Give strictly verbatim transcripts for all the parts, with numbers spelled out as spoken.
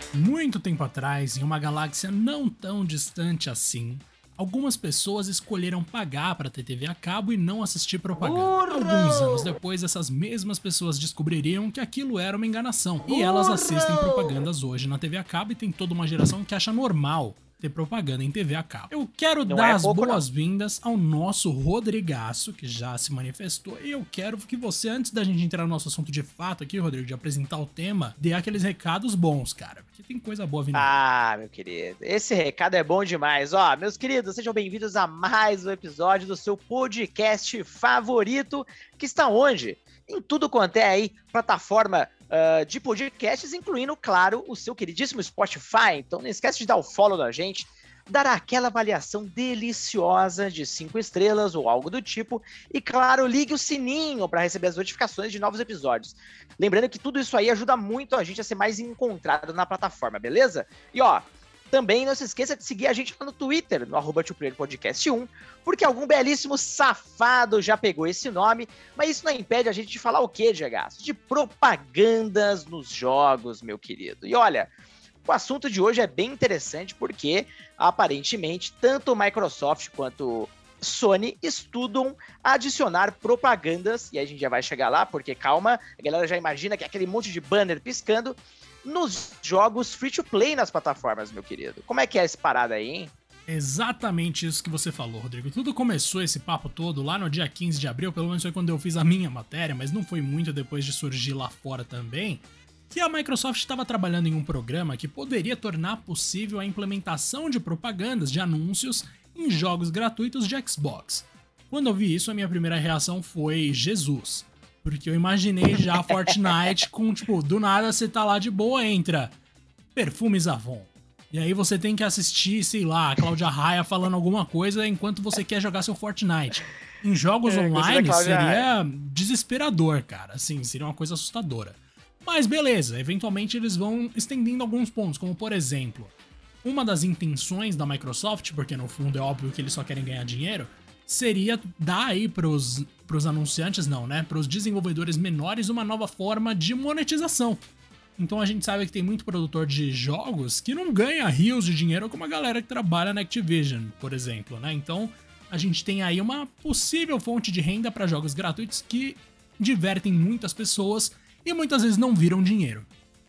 Muito tempo atrás, em uma galáxia não tão distante assim, algumas pessoas escolheram pagar para ter T V a cabo e não assistir propaganda. Burro! Alguns anos depois, essas mesmas pessoas descobririam que aquilo era uma enganação. E elas Burro! assistem propagandas hoje na T V a cabo e tem toda uma geração que acha normal ter propaganda em T V a cabo. Eu quero Não dar é as pouco, boas-vindas ao nosso Rodrigaço, que já se manifestou, e eu quero que você, antes da gente entrar no nosso assunto de fato aqui, Rodrigo, de apresentar o tema, dê aqueles recados bons, cara, porque tem coisa boa vindo. Ah, meu querido, esse recado é bom demais. Ó, meus queridos, sejam bem-vindos a mais um episódio do seu podcast favorito, que está onde? Em tudo quanto é aí, plataforma uh, de podcasts, incluindo, claro, o seu queridíssimo Spotify. Então não esquece de dar o follow da gente, dar aquela avaliação deliciosa de cinco estrelas ou algo do tipo. E, claro, ligue o sininho para receber as notificações de novos episódios. Lembrando que tudo isso aí ajuda muito a gente a ser mais encontrado na plataforma, beleza? E, ó, também não se esqueça de seguir a gente lá no Twitter, no arroba Podcast um, porque algum belíssimo safado já pegou esse nome, mas isso não impede a gente de falar o quê, Diego? De propagandas nos jogos, meu querido. E olha, o assunto de hoje é bem interessante porque, aparentemente, tanto Microsoft quanto Sony estudam adicionar propagandas, e aí a gente já vai chegar lá, porque calma, a galera já imagina que é aquele monte de banner piscando, nos jogos free-to-play nas plataformas, meu querido. Como é que é essa parada aí, hein? Exatamente isso que você falou, Rodrigo. Tudo começou esse papo todo lá no dia quinze de abril, pelo menos foi quando eu fiz a minha matéria, mas não foi muito depois de surgir lá fora também, que a Microsoft estava trabalhando em um programa que poderia tornar possível a implementação de propagandas de anúncios em jogos gratuitos de Xbox. Quando eu vi isso, a minha primeira reação foi Jesus. Porque eu imaginei já Fortnite com, tipo, do nada você tá lá de boa, entra Perfumes Avon. E aí você tem que assistir, sei lá, a Cláudia Raia falando alguma coisa enquanto você quer jogar seu Fortnite. Em jogos é, online seria desesperador, cara. Assim, seria uma coisa assustadora. Mas beleza, eventualmente eles vão estendendo alguns pontos, como por exemplo, uma das intenções da Microsoft, porque no fundo é óbvio que eles só querem ganhar dinheiro, seria dar aí pros, pros anunciantes, não, né? Pros desenvolvedores menores uma nova forma de monetização. Então a gente sabe que tem muito produtor de jogos que não ganha rios de dinheiro como a galera que trabalha na Activision, por exemplo, né? Então a gente tem aí uma possível fonte de renda para jogos gratuitos que divertem muitas pessoas e muitas vezes não viram dinheiro.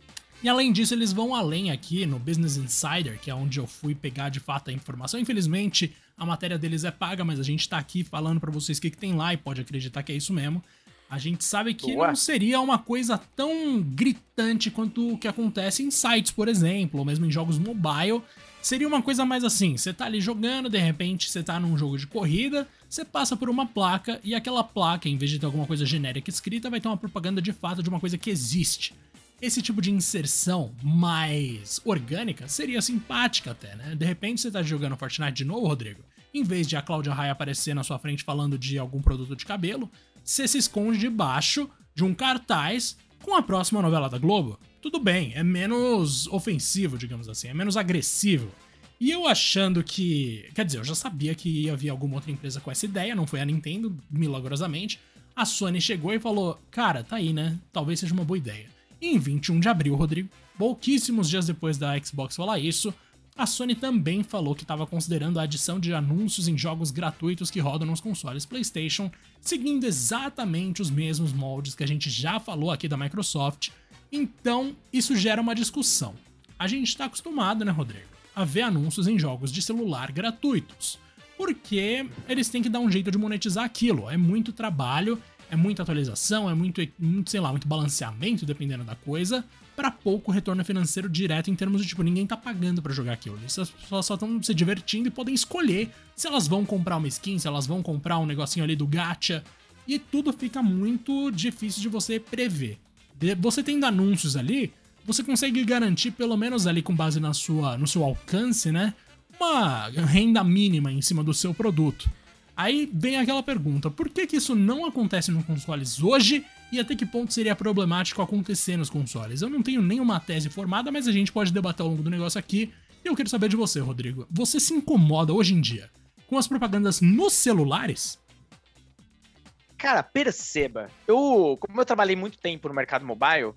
E além disso, eles vão além aqui no Business Insider, que é onde eu fui pegar de fato a informação. Infelizmente, a matéria deles é paga, mas a gente tá aqui falando pra vocês o que, que tem lá e pode acreditar que é isso mesmo. A gente sabe que Boa. Não seria uma coisa tão gritante quanto o que acontece em sites, por exemplo, ou mesmo em jogos mobile. Seria uma coisa mais assim, você tá ali jogando, de repente você tá num jogo de corrida, você passa por uma placa e aquela placa, em vez de ter alguma coisa genérica escrita, vai ter uma propaganda de fato de uma coisa que existe. Esse tipo de inserção mais orgânica seria simpática até, né? De repente você tá jogando Fortnite de novo, Rodrigo, em vez de a Cláudia Raia aparecer na sua frente falando de algum produto de cabelo, você se esconde debaixo de um cartaz com a próxima novela da Globo. Tudo bem, é menos ofensivo, digamos assim, é menos agressivo. E eu achando que... Quer dizer, eu já sabia que ia vir alguma outra empresa com essa ideia, não foi a Nintendo, milagrosamente. A Sony chegou e falou, cara, tá aí, né? Talvez seja uma boa ideia. E em vinte e um de abril, Rodrigo, pouquíssimos dias depois da Xbox falar isso, a Sony também falou que estava considerando a adição de anúncios em jogos gratuitos que rodam nos consoles PlayStation, seguindo exatamente os mesmos moldes que a gente já falou aqui da Microsoft. Então, isso gera uma discussão. A gente está acostumado, né, Rodrigo, a ver anúncios em jogos de celular gratuitos, porque eles têm que dar um jeito de monetizar aquilo. É muito trabalho, é muita atualização, é muito, muito, sei lá, muito balanceamento, dependendo da coisa, para pouco retorno financeiro direto em termos de, tipo, ninguém tá pagando pra jogar aquilo. As pessoas só estão se divertindo e podem escolher se elas vão comprar uma skin, se elas vão comprar um negocinho ali do gacha, e tudo fica muito difícil de você prever. Você tendo anúncios ali, você consegue garantir, pelo menos ali com base na sua, no seu alcance, né, uma renda mínima em cima do seu produto. Aí vem aquela pergunta, por que que isso não acontece nos consoles hoje e até que ponto seria problemático acontecer nos consoles? Eu não tenho nenhuma tese formada, mas a gente pode debater ao longo do negócio aqui. E eu quero saber de você, Rodrigo. Você se incomoda hoje em dia com as propagandas nos celulares? Cara, perceba, eu, como eu trabalhei muito tempo no mercado mobile,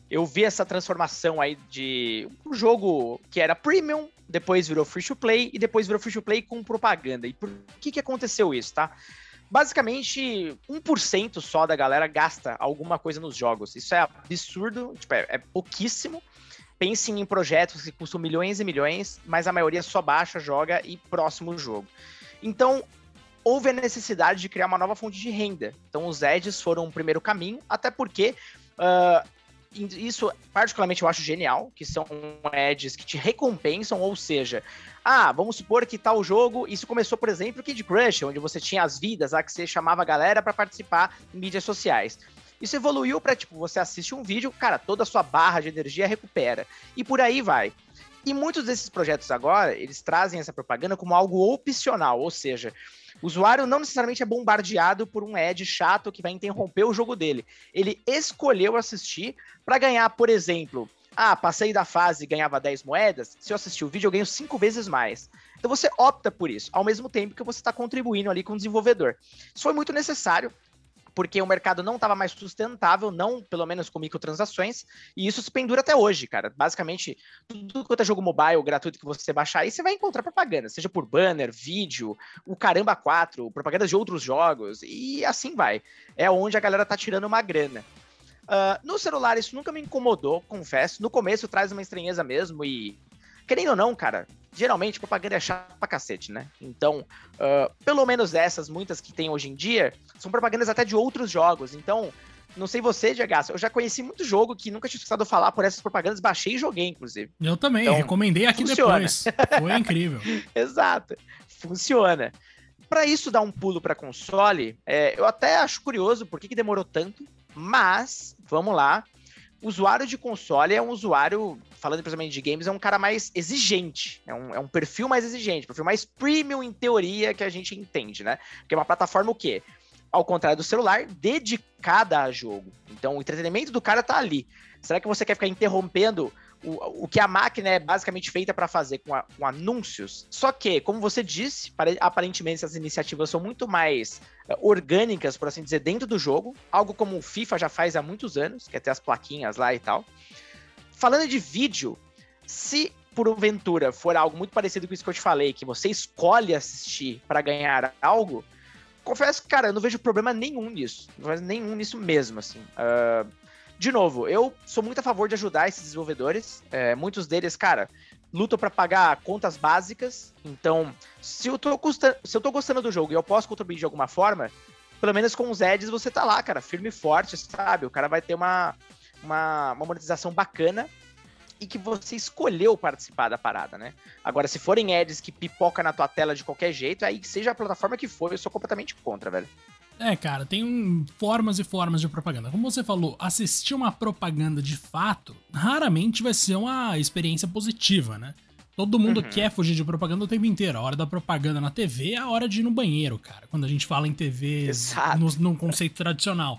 eu vi essa transformação aí de um jogo que era premium, depois virou free to play e depois virou free to play com propaganda. E por que que aconteceu isso, tá? Basicamente, um por cento só da galera gasta alguma coisa nos jogos. Isso é absurdo, tipo, é, é pouquíssimo. Pensem em projetos que custam milhões e milhões, mas a maioria só baixa, joga e próximo jogo. Então, houve a necessidade de criar uma nova fonte de renda. Então, os ads foram o primeiro caminho, até porque uh, isso, particularmente, eu acho genial, que são ads que te recompensam, ou seja, ah, vamos supor que tal jogo, isso começou, por exemplo, o Candy Crush, onde você tinha as vidas, lá que você chamava a galera para participar em mídias sociais. Isso evoluiu para, tipo, você assiste um vídeo, cara, toda a sua barra de energia recupera. E por aí vai. E muitos desses projetos agora, eles trazem essa propaganda como algo opcional, ou seja, o usuário não necessariamente é bombardeado por um ad chato que vai interromper o jogo dele. Ele escolheu assistir para ganhar, por exemplo, ah, passei da fase e ganhava dez moedas, se eu assistir o vídeo eu ganho cinco vezes mais. Então você opta por isso, ao mesmo tempo que você está contribuindo ali com o desenvolvedor. Isso foi muito necessário, porque o mercado não estava mais sustentável, não, pelo menos com microtransações, e isso se pendura até hoje, cara. Basicamente, tudo quanto é jogo mobile gratuito que você baixar aí, você vai encontrar propaganda, seja por banner, vídeo, o Caramba quatro, propaganda de outros jogos, e assim vai. É onde a galera tá tirando uma grana. Uh, no celular isso nunca me incomodou, confesso. No começo traz uma estranheza mesmo, e querendo ou não, cara, geralmente propaganda é chata pra cacete, né? Então, uh, pelo menos essas, muitas que tem hoje em dia, são propagandas até de outros jogos. Então, não sei você, Diego, eu já conheci muito jogo que nunca tinha escutado falar por essas propagandas, baixei e joguei, inclusive. Eu também, então, recomendei aqui funciona. Depois. Foi incrível. Exato, funciona. Pra isso dar um pulo pra console, é, eu até acho curioso por que, que demorou tanto, mas, vamos lá, o usuário de console é um usuário, falando principalmente de games, é um cara mais exigente, é um, é um perfil mais exigente, perfil mais premium em teoria que a gente entende, né? Porque é uma plataforma o quê? Ao contrário do celular, dedicada a jogo. Então o entretenimento do cara tá ali. Será que você quer ficar interrompendo o, o que a máquina é basicamente feita para fazer com, a, com anúncios? Só que, como você disse, aparentemente essas iniciativas são muito mais orgânicas, por assim dizer, dentro do jogo, algo como o FIFA já faz há muitos anos, que é ter as plaquinhas lá e tal. Falando de vídeo, se porventura for algo muito parecido com isso que eu te falei, que você escolhe assistir para ganhar algo, confesso que, cara, eu não vejo problema nenhum nisso, não vejo nenhum nisso mesmo, assim. Uh, de novo, eu sou muito a favor de ajudar esses desenvolvedores, é, muitos deles, cara, lutam para pagar contas básicas. Então, se eu, tô custando, se eu tô gostando do jogo e eu posso contribuir de alguma forma, pelo menos com os ads você tá lá, cara, firme e forte, sabe? O cara vai ter uma, uma, uma monetização bacana e que você escolheu participar da parada, né? Agora, se forem ads que pipoca na tua tela de qualquer jeito, aí seja a plataforma que for, eu sou completamente contra, velho. É, cara, tem um, formas e formas de propaganda. Como você falou, assistir uma propaganda de fato raramente vai ser uma experiência positiva, né? Todo mundo uhum. quer fugir de propaganda o tempo inteiro. A hora da propaganda na T V é a hora de ir no banheiro, cara. Quando a gente fala em T V no, no conceito tradicional.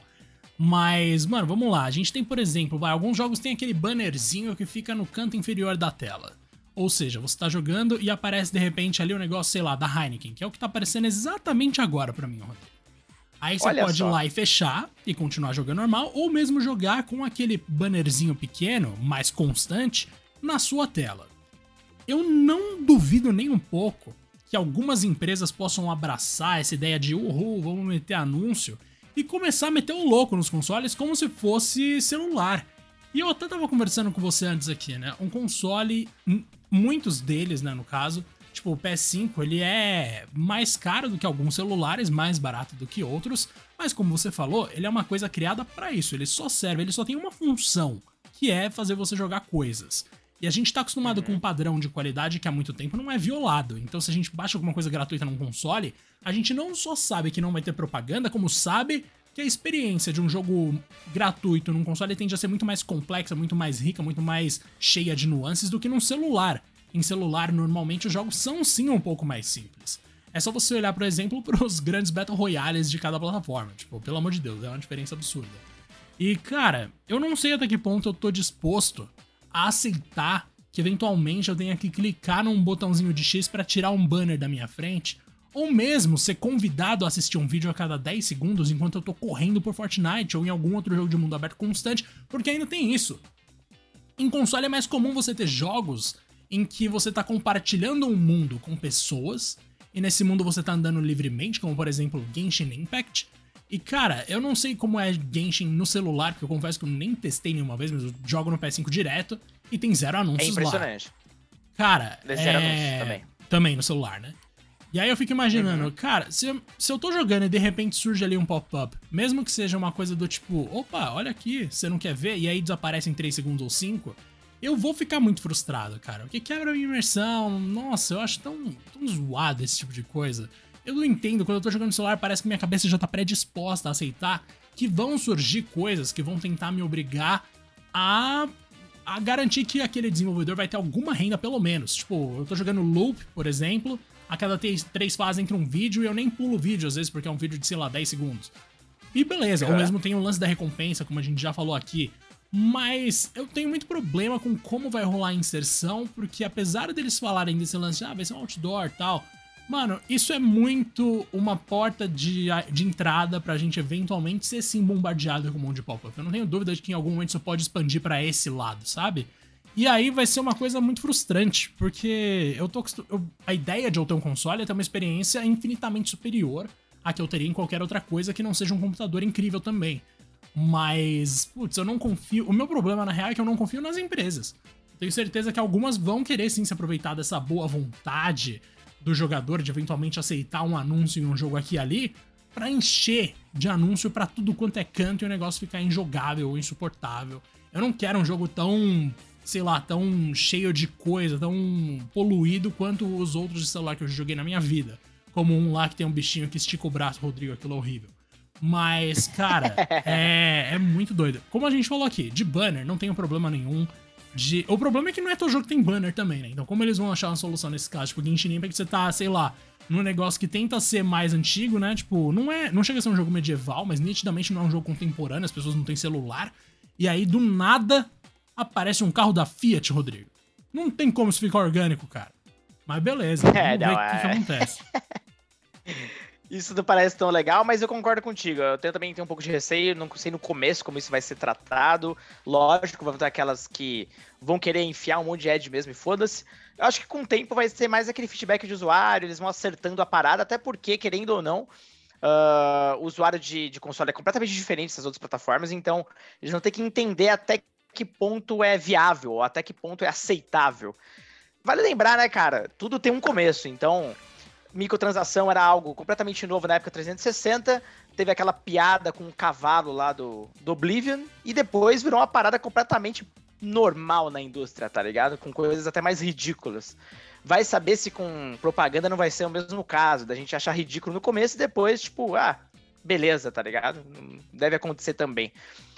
Mas, mano, vamos lá. A gente tem, por exemplo, vai, alguns jogos tem aquele bannerzinho que fica no canto inferior da tela. Ou seja, você tá jogando e aparece de repente ali o um negócio, sei lá, da Heineken, que é o que tá aparecendo exatamente agora pra mim, Rodrigo. Aí você Olha pode só. ir lá e fechar e continuar jogando normal, ou mesmo jogar com aquele bannerzinho pequeno, mais constante, na sua tela. Eu não duvido nem um pouco que algumas empresas possam abraçar essa ideia de uhul, vamos meter anúncio, e começar a meter o louco nos consoles como se fosse celular. E eu até tava conversando com você antes aqui, né? Um console, muitos deles, né, no caso, tipo, o P S cinco, ele é mais caro do que alguns celulares, mais barato do que outros, mas como você falou, ele é uma coisa criada pra isso, ele só serve, ele só tem uma função, que é fazer você jogar coisas. E a gente tá acostumado uhum. com um padrão de qualidade que há muito tempo não é violado, então se a gente baixa alguma coisa gratuita num console, a gente não só sabe que não vai ter propaganda, como sabe que a experiência de um jogo gratuito num console tende a ser muito mais complexa, muito mais rica, muito mais cheia de nuances do que num celular. Em celular, normalmente, os jogos são sim um pouco mais simples. É só você olhar, por exemplo, pros grandes Battle Royales de cada plataforma. Tipo, pelo amor de Deus, é uma diferença absurda. E, cara, eu não sei até que ponto eu tô disposto a aceitar que, eventualmente, eu tenha que clicar num botãozinho de X pra tirar um banner da minha frente, ou mesmo ser convidado a assistir um vídeo a cada dez segundos enquanto eu tô correndo por Fortnite ou em algum outro jogo de mundo aberto constante, porque ainda tem isso. Em console é mais comum você ter jogos em que você tá compartilhando um mundo com pessoas, e nesse mundo você tá andando livremente, como por exemplo Genshin Impact. E cara, eu não sei como é Genshin no celular, porque eu confesso que eu nem testei nenhuma vez, mas eu jogo no P S cinco direto e tem zero anúncios lá. É impressionante. Lá. Cara, zero é... anúncios também. Também no celular, né? E aí eu fico imaginando, uhum. cara, se eu, se eu tô jogando e de repente surge ali um pop-up, mesmo que seja uma coisa do tipo, opa, olha aqui, você não quer ver? E aí desaparece em três segundos ou cinco, eu vou ficar muito frustrado, cara. Porque quebra a minha imersão, nossa, eu acho tão, tão zoado esse tipo de coisa. Eu não entendo, quando eu tô jogando no celular parece que minha cabeça já tá predisposta a aceitar que vão surgir coisas que vão tentar me obrigar a... a garantir que aquele desenvolvedor vai ter alguma renda pelo menos. Tipo, eu tô jogando Loop, por exemplo, a cada três, três fases entra um vídeo e eu nem pulo o vídeo, às vezes, porque é um vídeo de, sei lá, dez segundos. E beleza, é. Ou mesmo tem o lance da recompensa, como a gente já falou aqui. Mas eu tenho muito problema com como vai rolar a inserção, porque apesar deles falarem desse lance de, ah, vai ser um outdoor e tal, mano, isso é muito uma porta de, de entrada pra gente eventualmente ser sim bombardeado com um monte de pop-up. Eu não tenho dúvida de que em algum momento isso pode expandir pra esse lado, sabe? E aí vai ser uma coisa muito frustrante, porque eu tô eu, a ideia de eu ter um console é ter uma experiência infinitamente superior à que eu teria em qualquer outra coisa que não seja um computador incrível também. Mas, putz, eu não confio... O meu problema, na real, é que eu não confio nas empresas. Eu tenho certeza que algumas vão querer sim se aproveitar dessa boa vontade do jogador de eventualmente aceitar um anúncio em um jogo aqui e ali pra encher de anúncio pra tudo quanto é canto e o negócio ficar injogável ou insuportável. Eu não quero um jogo tão... sei lá, tão cheio de coisa, tão poluído quanto os outros de celular que eu joguei na minha vida. Como um lá que tem um bichinho que estica o braço, Rodrigo, aquilo é horrível. Mas, cara, é, é muito doido. Como a gente falou aqui, de banner não tem problema nenhum. De... O problema é que não é todo jogo que tem banner também, né? Então como eles vão achar uma solução nesse caso? Tipo, Genshin Impact você tá, sei lá, num negócio que tenta ser mais antigo, né? Tipo, não é, não chega a ser um jogo medieval, mas nitidamente não é um jogo contemporâneo, as pessoas não têm celular. E aí, do nada... aparece um carro da Fiat, Rodrigo. Não tem como isso ficar orgânico, cara. Mas beleza, vamos é, ver não, o que, é... que acontece. Isso não parece tão legal, mas eu concordo contigo. Eu tenho, também tenho um pouco de receio, não sei no começo como isso vai ser tratado. Lógico, vão ter aquelas que vão querer enfiar um monte de ad mesmo e foda-se. Eu acho que com o tempo vai ser mais aquele feedback de usuário, eles vão acertando a parada, até porque, querendo ou não, uh, o usuário de, de console é completamente diferente dessas outras plataformas, então eles vão ter que entender até que ponto é viável, ou até que ponto é aceitável. Vale lembrar, né, cara, tudo tem um começo, então microtransação era algo completamente novo na época trezentos e sessenta, teve aquela piada com o cavalo lá do, do Oblivion, e depois virou uma parada completamente normal na indústria, tá ligado? Com coisas até mais ridículas. Vai saber se com propaganda não vai ser o mesmo caso, da gente achar ridículo no começo e depois, tipo, ah, beleza, tá ligado? Deve acontecer também.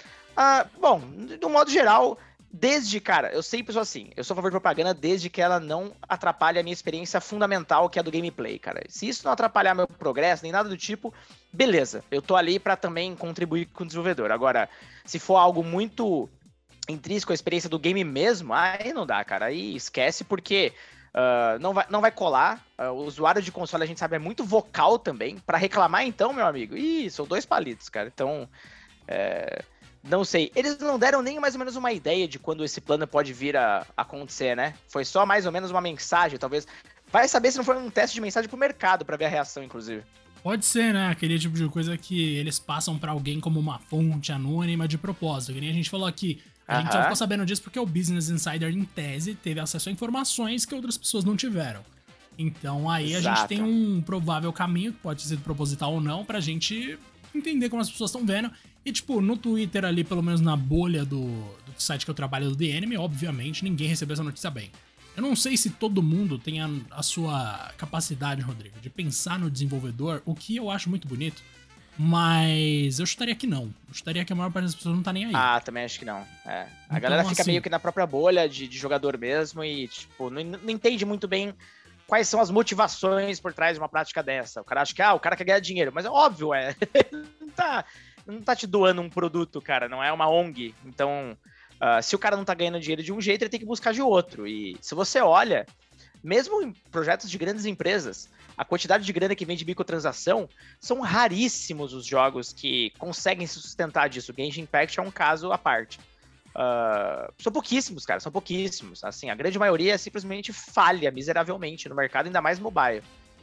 Ah, bom, do modo geral, desde, cara, eu sempre sou assim, eu sou a favor de propaganda desde que ela não atrapalhe a minha experiência fundamental, que é a do gameplay, cara. Se isso não atrapalhar meu progresso, nem nada do tipo, beleza, eu tô ali pra também contribuir com o desenvolvedor. Agora, se for algo muito intrínseco à experiência do game mesmo, aí não dá, cara, aí esquece, porque uh, não, vai, não vai colar. Uh, o usuário de console, a gente sabe, é muito vocal também. Pra reclamar, então, meu amigo, ih, são dois palitos, cara, então... É... Não sei, eles não deram nem mais ou menos uma ideia de quando esse plano pode vir a acontecer, né? Foi só mais ou menos uma mensagem, talvez. Vai saber se não foi um teste de mensagem pro mercado pra ver a reação, inclusive. Pode ser, né? Aquele tipo de coisa que eles passam pra alguém como uma fonte anônima de propósito. Que nem a gente falou aqui. A uh-huh. gente só ficou sabendo disso porque o Business Insider, em tese, teve acesso a informações que outras pessoas não tiveram. Então aí Exato. A gente tem um provável caminho, que pode ser proposital ou não, pra gente entender como as pessoas estão vendo. E, tipo, no Twitter ali, pelo menos na bolha do, do site que eu trabalho, do The Enemy, obviamente, ninguém recebeu essa notícia bem. Eu não sei se todo mundo tem a, a sua capacidade, Rodrigo, de pensar no desenvolvedor, o que eu acho muito bonito, mas eu chutaria que não. Eu chutaria que a maior parte das pessoas não tá nem aí. Ah, também acho que não. É. A então, galera fica assim, meio que na própria bolha de, de jogador mesmo e, tipo, não, não entende muito bem quais são as motivações por trás de uma prática dessa. O cara acha que, ah, o cara quer ganhar dinheiro, mas é óbvio, é. Não tá... não tá te doando um produto, cara, não é uma O N G. Então, uh, se o cara não tá ganhando dinheiro de um jeito, ele tem que buscar de outro. E se você olha, mesmo em projetos de grandes empresas, a quantidade de grana que vem de microtransação, são raríssimos os jogos que conseguem se sustentar disso. Genshin Impact é um caso à parte. Uh, são pouquíssimos, cara, são pouquíssimos. Assim, a grande maioria simplesmente falha miseravelmente no mercado, ainda mais mobile.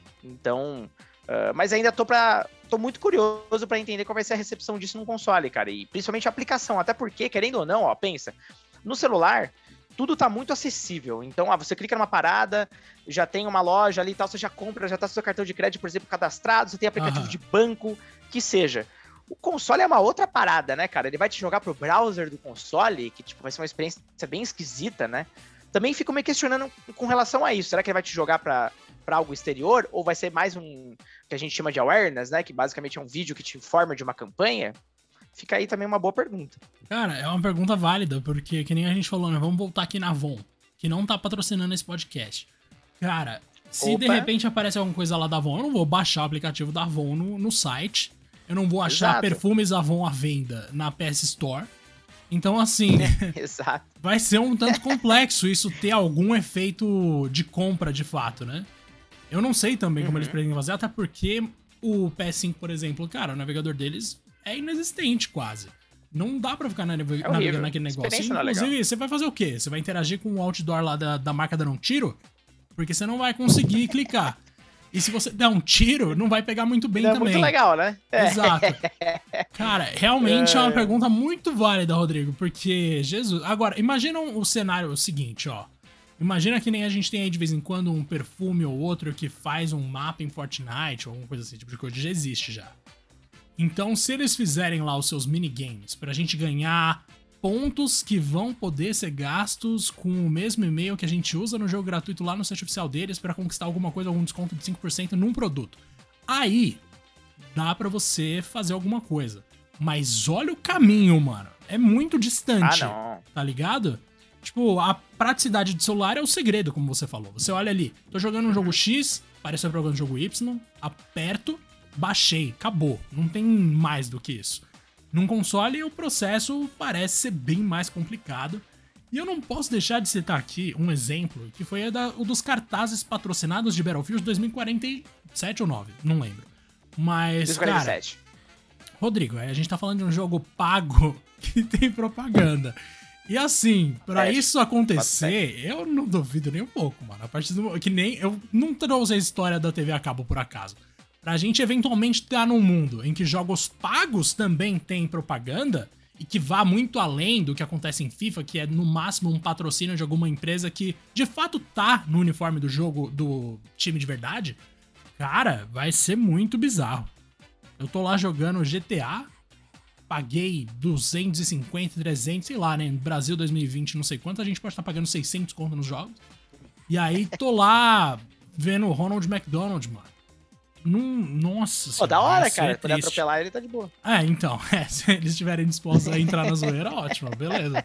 Então, uh, mas ainda tô, pra, tô muito curioso para entender qual vai ser a recepção disso no console, cara, e principalmente a aplicação, até porque, querendo ou não, ó, pensa, no celular, tudo tá muito acessível. Então, ah, você clica numa parada, já tem uma loja ali e tal, você já compra, já tá seu cartão de crédito, por exemplo, cadastrado, você tem aplicativo uhum. de banco, que seja. O console é uma outra parada, né, cara? Ele vai te jogar pro browser do console, que tipo, vai ser uma experiência bem esquisita, né? Também fico me questionando com relação a isso. Será que ele vai te jogar pra, pra algo exterior? Ou vai ser mais um que a gente chama de awareness, né? Que basicamente é um vídeo que te informa de uma campanha? Fica aí também uma boa pergunta. Cara, é uma pergunta válida, porque que nem a gente falou, né? Vamos voltar aqui na Avon, que não tá patrocinando esse podcast. Cara, se Opa. de repente aparece alguma coisa lá da Avon, eu não vou baixar o aplicativo da Avon no, no site. Eu não vou achar Exato. perfumes Avon à venda na P S Store. Então, assim, Exato. vai ser um tanto complexo isso ter algum efeito de compra de fato, né? Eu não sei também uhum. como eles pretendem fazer, até porque o P S cinco, por exemplo, cara, o navegador deles é inexistente quase. Não dá pra ficar naveg- é navegando naquele negócio. Inclusive, você vai fazer o quê? Você vai interagir com o outdoor lá da, da marca dando um tiro? Porque você não vai conseguir clicar. E se você der um tiro, não vai pegar muito bem não também. É muito legal, né? Exato. Cara, realmente é... é uma pergunta muito válida, Rodrigo, porque, Jesus... Agora, imagina o cenário seguinte, ó. Imagina que nem a gente tem aí de vez em quando um perfume ou outro que faz um mapa em Fortnite ou alguma coisa assim, tipo de coisa, já existe já. Então, se eles fizerem lá os seus minigames pra gente ganhar pontos que vão poder ser gastos com o mesmo e-mail que a gente usa no jogo gratuito lá no site oficial deles pra conquistar alguma coisa, algum desconto de cinco por cento num produto. Aí, dá pra você fazer alguma coisa. Mas olha o caminho, mano. É muito distante, ah, não. tá ligado? Tipo, a praticidade de celular é o segredo, como você falou. Você olha ali, tô jogando um jogo X, apareceu jogando um jogo Y, aperto, baixei, acabou. Não tem mais do que isso. Num console, o processo parece ser bem mais complicado. E eu não posso deixar de citar aqui um exemplo, que foi da, o dos cartazes patrocinados de Battlefield dois mil e quarenta e sete ou nove, não lembro. Mas, dois mil e quarenta e sete. Cara, Rodrigo, a gente tá falando de um jogo pago que tem propaganda. E assim, pra é, isso acontecer, eu não duvido nem um pouco, mano. A partir do que nem eu não trouxe a história da T V a cabo por acaso. Pra gente eventualmente estar num mundo em que jogos pagos também tem propaganda e que vá muito além do que acontece em FIFA, que é no máximo um patrocínio de alguma empresa que de fato tá no uniforme do jogo do time de verdade, cara, vai ser muito bizarro. Eu tô lá jogando G T A, paguei duzentos e cinquenta, trezentos, sei lá, né? No Brasil dois mil e vinte, não sei quanto, a gente pode estar pagando seiscentos conto nos jogos. E aí tô lá vendo o Ronald McDonald, mano. Num, nossa senhora. Pô, da hora, cara. Poder atropelar ele tá de boa. É, então. É, se eles estiverem dispostos a entrar na zoeira, ótimo, beleza.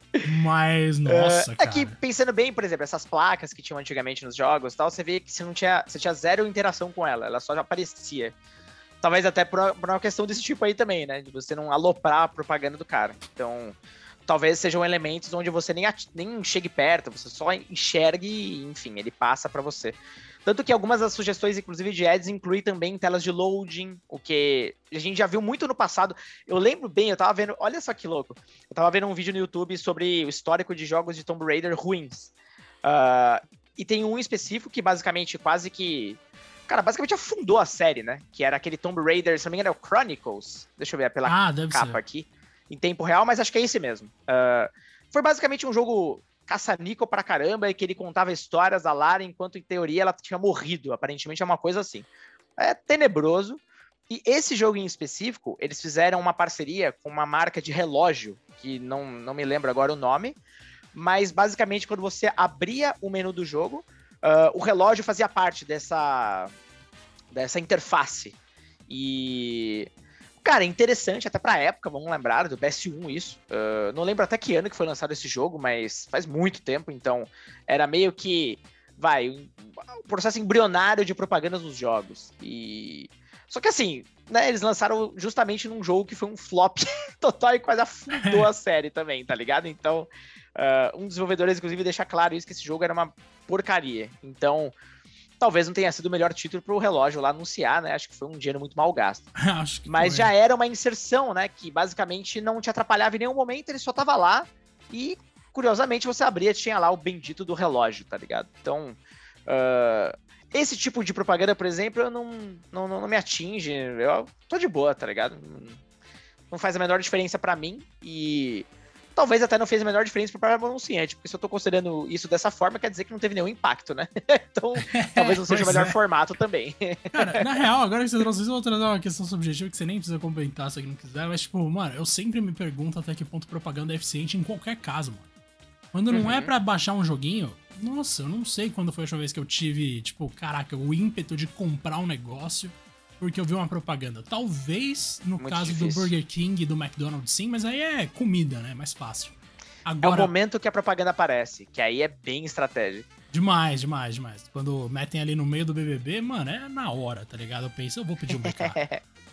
Mas, nossa, uh, cara. É que, pensando bem, por exemplo, essas placas que tinham antigamente nos jogos e tal, você vê que você não tinha, você tinha zero interação com ela, ela só já aparecia. Talvez até por, por uma questão desse tipo aí também, né? De você não aloprar a propaganda do cara. Então, talvez sejam elementos onde você nem, nem chegue perto, você só enxergue e, enfim, ele passa pra você. Tanto que algumas das sugestões, inclusive de ads, incluem também telas de loading, o que a gente já viu muito no passado. Eu lembro bem, eu tava vendo, olha só que louco, eu tava vendo um vídeo no YouTube sobre o histórico de jogos de Tomb Raider ruins. Uh, e tem um específico que basicamente quase que... Cara, basicamente afundou a série, né? Que era aquele Tomb Raider, se não me engano, é o Chronicles. Deixa eu ver pela ah, capa ser. aqui. Em tempo real, mas acho que é esse mesmo. Uh, foi basicamente um jogo caça-níquel pra caramba, e que ele contava histórias da Lara, enquanto em teoria ela tinha morrido. Aparentemente é uma coisa assim. É tenebroso. E esse jogo em específico, eles fizeram uma parceria com uma marca de relógio, que não, não me lembro agora o nome, mas basicamente quando você abria o menu do jogo, uh, o relógio fazia parte dessa, dessa interface. E... Cara, é interessante até pra época, vamos lembrar, do P S um isso. Uh, não lembro até que ano que foi lançado esse jogo, mas faz muito tempo, então era meio que, vai, um, um processo embrionário de propagandas dos jogos. E... Só que assim, né, eles lançaram justamente num jogo que foi um flop total e quase afundou a série também, tá ligado? Então, uh, um dos desenvolvedores, inclusive, deixa claro isso, que esse jogo era uma porcaria. Então... Talvez não tenha sido o melhor título pro relógio lá anunciar, né? Acho que foi um dinheiro muito mal gasto. Acho que Mas foi. Já era uma inserção, né? Que basicamente não te atrapalhava em nenhum momento, ele só tava lá e, curiosamente, você abria, tinha lá o bendito do relógio, tá ligado? Então, uh, esse tipo de propaganda, por exemplo, eu não, não, não me atinge, eu tô de boa, tá ligado? Não faz a menor diferença pra mim, e talvez até não fez a menor diferença pro próprio anunciante, porque se eu tô considerando isso dessa forma, quer dizer que não teve nenhum impacto, né? Então, talvez não seja o melhor é. formato também. Cara, na real, agora que você trouxe isso, eu vou trazer uma questão subjetiva que você nem precisa comentar se não quiser, mas tipo, mano, eu sempre me pergunto até que ponto propaganda é eficiente em qualquer caso, mano. Quando não uhum. é pra baixar um joguinho, nossa, eu não sei quando foi a última vez que eu tive, tipo, caraca, o ímpeto de comprar um negócio porque eu vi uma propaganda. Talvez no Muito caso difícil. do Burger King e do McDonald's, sim, mas aí é comida, né? Mais fácil. Agora, é o momento que a propaganda aparece, que aí é bem estratégico. Demais, demais, demais. Quando metem ali no meio do B B B, mano, é na hora, tá ligado? Eu penso, eu vou pedir um B K.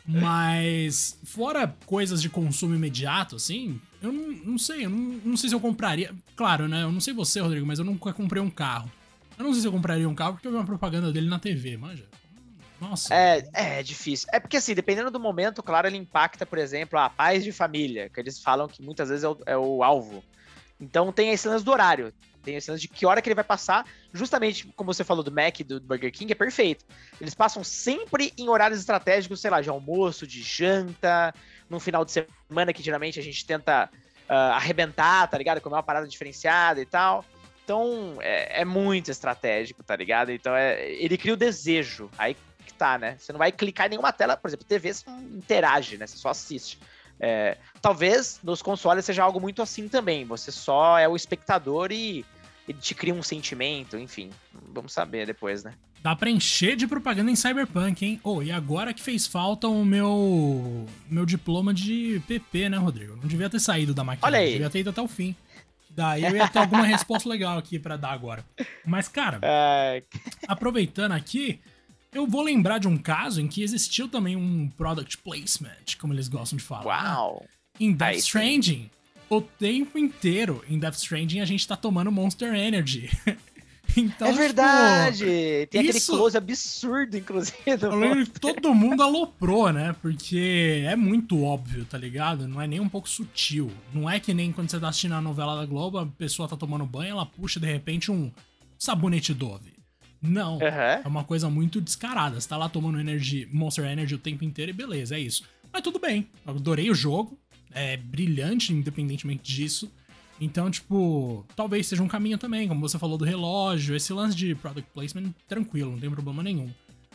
Mas, fora coisas de consumo imediato, assim, eu não, não sei, eu não, não sei se eu compraria. Claro, né? Eu não sei você, Rodrigo, mas eu nunca comprei um carro. Eu não sei se eu compraria um carro porque eu vi uma propaganda dele na T V, manja. Nossa. É, é difícil. É porque, assim, dependendo do momento, claro, ele impacta, por exemplo, a paz de família, que eles falam que muitas vezes é o, é o alvo. Então tem esse lance do horário, tem esse lance de que hora que ele vai passar, justamente como você falou do Mac e do Burger King, é perfeito. Eles passam sempre em horários estratégicos, sei lá, de almoço, de janta, no final de semana, que geralmente a gente tenta uh, arrebentar, tá ligado? Comer uma parada diferenciada e tal. Então é, é muito estratégico, tá ligado? Então é, ele cria o desejo, aí que tá, né? Você não vai clicar em nenhuma tela, por exemplo, T V você não interage, né? Você só assiste. É, talvez nos consoles seja algo muito assim também. Você só é o espectador e ele te cria um sentimento, enfim. Vamos saber depois, né? Dá pra encher de propaganda em Cyberpunk, hein? Oh, e agora que fez falta o meu meu diploma de P P, né, Rodrigo? Não devia ter saído da máquina. Olha aí. Devia ter ido até o fim. Daí eu ia ter alguma resposta legal aqui pra dar agora. Mas, cara, é... aproveitando aqui, eu vou lembrar de um caso em que existiu também um product placement, como eles gostam de falar. Uau! Em Death Aí, Stranding. Sim. O tempo inteiro em Death Stranding a gente tá tomando Monster Energy. Então, é verdade! Tipo, tem isso... aquele close absurdo, inclusive. Eu lembro que todo mundo aloprou, né? Porque é muito óbvio, tá ligado? Não é nem um pouco sutil. Não é que nem quando você tá assistindo a novela da Globo, a pessoa tá tomando banho, ela puxa de repente um sabonete Dove. Não, uhum. é uma coisa muito descarada. Você tá lá tomando energy, Monster Energy o tempo inteiro e beleza, é isso. Mas tudo bem, eu adorei o jogo, é brilhante independentemente disso. Então, tipo, talvez seja um caminho também, como você falou do relógio, esse lance de product placement, tranquilo, não tem problema nenhum.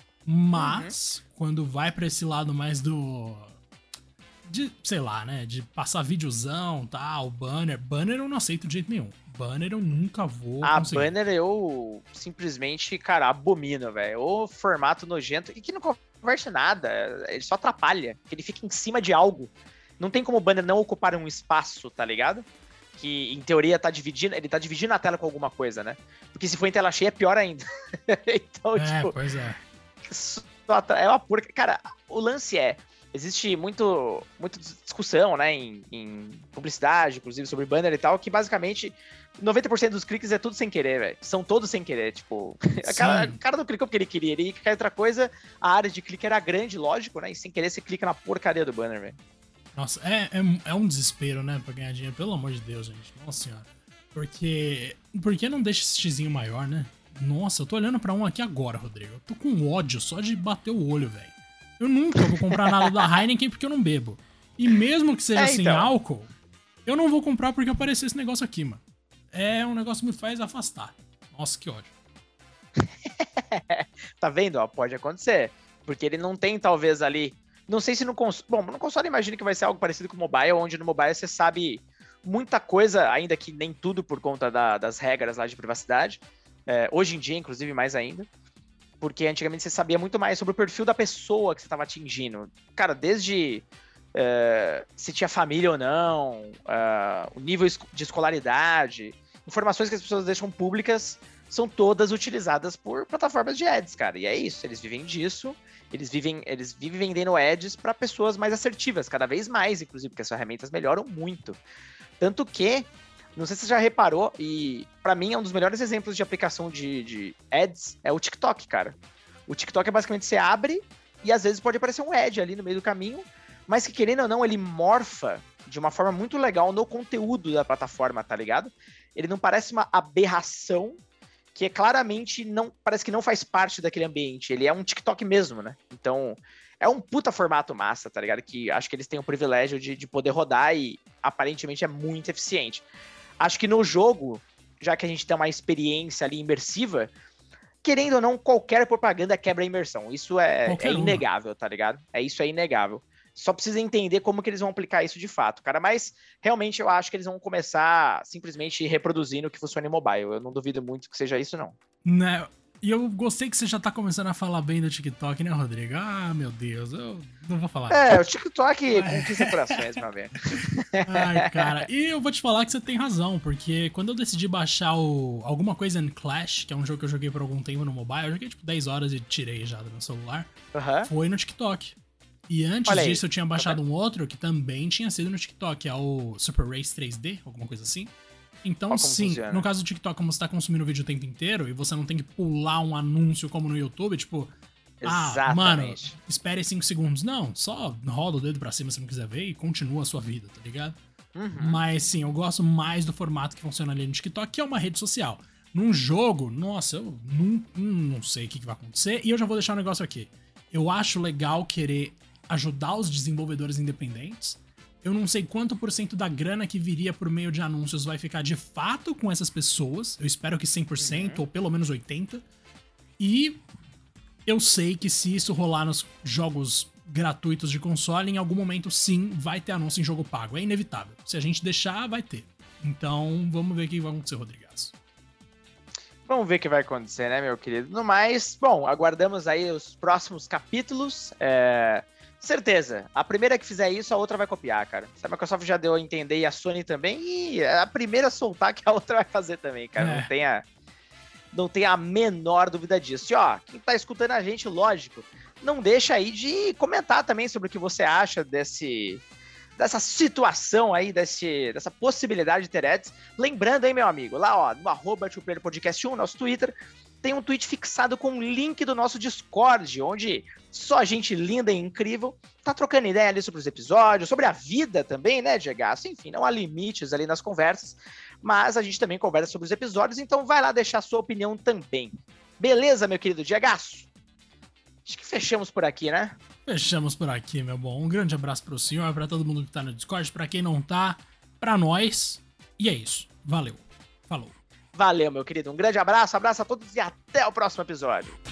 Mas, uhum. quando vai pra esse lado mais do... de, sei lá, né, de passar videozão, tal, banner, banner eu não aceito de jeito nenhum. Banner eu nunca vou Ah, conseguir. banner eu simplesmente, cara, abomino, velho. O formato nojento, e que não converte nada, ele só atrapalha, que ele fica em cima de algo. Não tem como o banner não ocupar um espaço, tá ligado? Que, em teoria, tá dividindo, ele tá dividindo a tela com alguma coisa, né? Porque se for em tela cheia, é pior ainda. Então, é, tipo... pois é. É uma porca... Cara, o lance é... Existe muito, muita discussão, né, em, em publicidade, inclusive, sobre banner e tal, que basicamente noventa por cento dos cliques é tudo sem querer, velho. São todos sem querer, tipo... O cara, cara não clicou porque ele queria, ele ia clicar em outra coisa, a área de clique era grande, lógico, né? E sem querer você clica na porcaria do banner, velho. Nossa, é, é, é um desespero, né, pra ganhar dinheiro, pelo amor de Deus, gente. Nossa senhora. Porque... Por que não deixa esse xizinho maior, né? Nossa, eu tô olhando pra um aqui agora, Rodrigo. Eu tô com ódio só de bater o olho, velho. Eu nunca vou comprar nada da Heineken porque eu não bebo. E mesmo que seja é, sem então. álcool, eu não vou comprar porque apareceu esse negócio aqui, mano. É um negócio que me faz afastar. Nossa, que ódio. Tá vendo? Ó, pode acontecer. Porque ele não tem, talvez, ali... Não sei se no console... Bom, no console imagino que vai ser algo parecido com o mobile, onde no mobile você sabe muita coisa, ainda que nem tudo por conta da, das regras lá de privacidade. É, hoje em dia, inclusive, mais ainda. Porque antigamente você sabia muito mais sobre o perfil da pessoa que você estava atingindo. Cara, desde uh, se tinha família ou não, uh, o nível de escolaridade, informações que as pessoas deixam públicas são todas utilizadas por plataformas de ads, cara. E é isso, eles vivem disso, eles vivem, eles vivem vendendo ads para pessoas mais assertivas, cada vez mais, inclusive, porque as ferramentas melhoram muito. Tanto que... Não sei se você já reparou, e pra mim é um dos melhores exemplos de aplicação de, de ads é o TikTok, cara. O TikTok é basicamente você abre e às vezes pode aparecer um ad ali no meio do caminho, mas que querendo ou não, ele morfa de uma forma muito legal no conteúdo da plataforma, tá ligado? Ele não parece uma aberração que é claramente não parece que não faz parte daquele ambiente. Ele é um TikTok mesmo, né? Então, é um puta formato massa, tá ligado? Que acho que eles têm o privilégio de, de poder rodar e aparentemente é muito eficiente. Acho que no jogo, já que a gente tem uma experiência ali imersiva, querendo ou não, qualquer propaganda quebra a imersão. Isso é, é inegável, tá ligado? É isso é inegável. Só precisa entender como que eles vão aplicar isso de fato, cara. Mas, realmente, eu acho que eles vão começar simplesmente reproduzindo o que funciona em mobile. Eu não duvido muito que seja isso, não. Né? E eu gostei que você já tá começando a falar bem do TikTok, né, Rodrigo? Ah, meu Deus, eu não vou falar. É, o TikTok conquista corações, meu amigo. Ai, cara. E eu vou te falar que você tem razão, porque quando eu decidi baixar o alguma coisa em Clash, que é um jogo que eu joguei por algum tempo no mobile, eu joguei tipo dez horas e tirei já do meu celular, uhum. Foi no TikTok. E antes disso eu tinha baixado um outro que também tinha sido no TikTok, é o Super Race três D, alguma coisa assim. Então, sim, funciona? No caso do TikTok, como você tá consumindo o vídeo o tempo inteiro e você não tem que pular um anúncio como no YouTube, tipo, exatamente. Ah, mano, espere cinco segundos. Não, só roda o dedo pra cima se não quiser ver e continua a sua vida, tá ligado? Uhum. Mas, sim, eu gosto mais do formato que funciona ali no TikTok, que é uma rede social. Num jogo, nossa, eu não, não sei o que vai acontecer. E eu já vou deixar um negócio aqui. Eu acho legal querer ajudar os desenvolvedores independentes. Eu não sei quanto por cento da grana que viria por meio de anúncios vai ficar de fato com essas pessoas. Eu espero que cem por cento, uhum. ou pelo menos oitenta por cento. E eu sei que se isso rolar nos jogos gratuitos de console, em algum momento sim vai ter anúncio em jogo pago. É inevitável. Se a gente deixar, vai ter. Então, vamos ver o que vai acontecer, Rodrigues. Vamos ver o que vai acontecer, né, meu querido? No mais, bom, aguardamos aí os próximos capítulos. É... Certeza. A primeira que fizer isso, a outra vai copiar, cara. A Microsoft já deu a entender e a Sony também. E a primeira a soltar que a outra vai fazer também, cara. É. Não tenha, não tenha a menor dúvida disso. E ó, quem tá escutando a gente, lógico, não deixa aí de comentar também sobre o que você acha desse, dessa situação aí, desse, dessa possibilidade de ter ads. Lembrando aí, meu amigo, lá ó, no arroba Podcast um, nosso Twitter, tem um tweet fixado com o link do nosso Discord, onde só gente linda e incrível tá trocando ideia ali sobre os episódios, sobre a vida também, né, Diego? Enfim, não há limites ali nas conversas, mas a gente também conversa sobre os episódios, então vai lá deixar a sua opinião também. Beleza, meu querido Diego? Acho que fechamos por aqui, né? Fechamos por aqui, meu bom. Um grande abraço pro senhor, pra todo mundo que tá no Discord, pra quem não tá, pra nós. E é isso. Valeu. Falou. Valeu, meu querido. Um grande abraço, abraço a todos e até o próximo episódio.